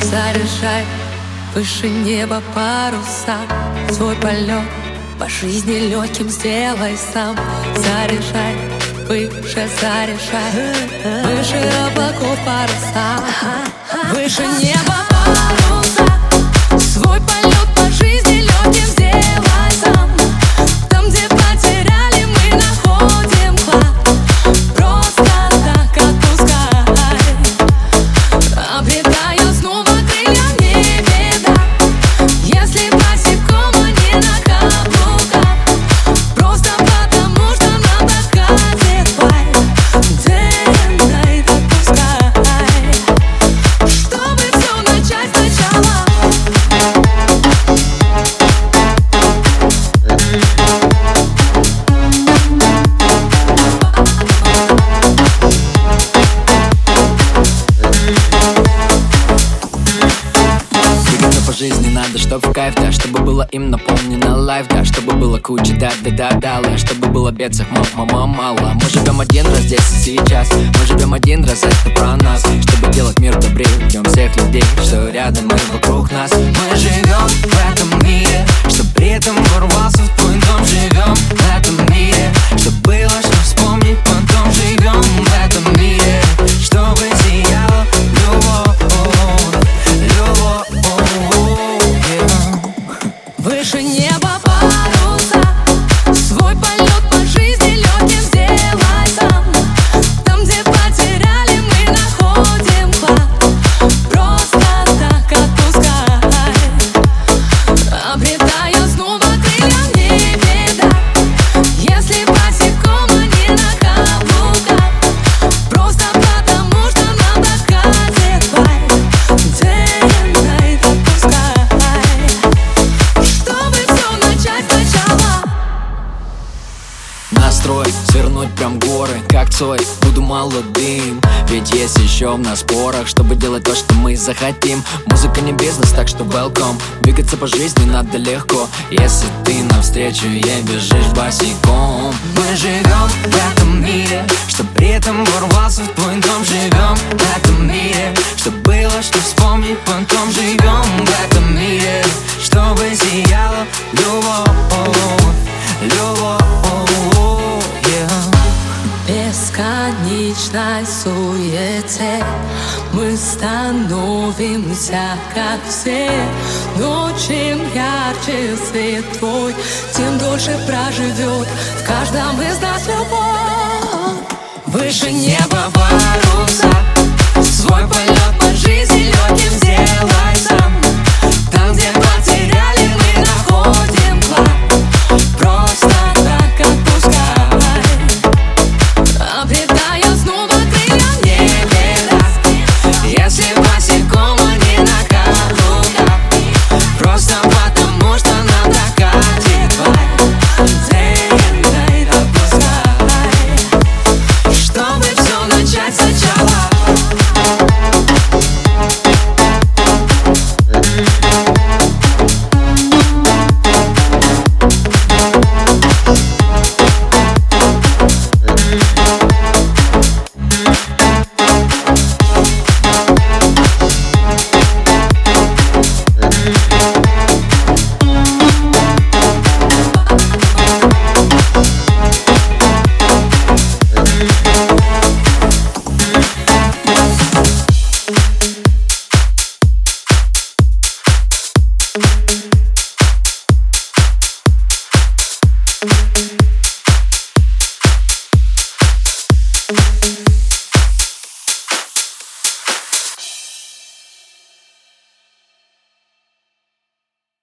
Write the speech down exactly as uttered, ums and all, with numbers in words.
Заряжай выше неба паруса, свой полет по жизни легким сделай сам. Заряжай выше, заряжай выше облаков паруса, выше неба паруса, свой полет по жизни легким сделай сам. Там, где потеряли, мы находим клад. Просто так отпускай, обретая снова крылья, не беда. Если босиком, а не на каблуках, просто потому что нам так катит. День найт отпускай, чтобы все начать сначала. По жизни надо, чтоб в кайф, да, чтобы было им наполнено лайф, да, чтобы было куча да-да-да-да, чтобы было бедцев мама мало. Мы живем один раз здесь и сейчас, мы живем один раз, это про нас. Чтобы делать мир добрее, ждем всех людей, что рядом и вокруг нас. Мы живем в этом мире, чтоб при этом ворвался в твой дом. Живем в этом мире, чтоб было что вспомнить потом. Живем в этом мире, чтобы сияла любовь, любовь. Выше неба паруса, свой полет по жизни легким сделай сам. Там, где потеряли, мы находим клад. Просто так отпускай, обретая снова крылья, не беда. Если босиком, а не на каблуках, просто потому что нам так катит. День найт отпускай, чтобы все начать сначала. Настрой свернуть прям горы, как Цой, буду молодым. Ведь есть еще в нас порох, чтобы делать то, что мы захотим. Музыка не бизнес, так что welcome. Двигаться по жизни надо легко, если ты навстречу ей бежишь босиком. Мы живем в этом мире, чтоб при этом ворвался в твой дом. Живем в этом мире, чтоб было что вспомнить потом. Живем в этом мире, чтобы сияла любовь, любовь. Бесконечной суете мы становимся как все. Но чем ярче свет твой, тем дольше проживет в каждом из нас любовь. Выше неба паруса, свой полет по жизни легким сделай сам. Там, где потеряли, мы находим клад. Просто так отпускай, обретая снова крылья, не беда. Если босиком, а не на каблуках, просто потому что нам так катит. День найт отпускай, чтобы все начать сначала. We'll be right back.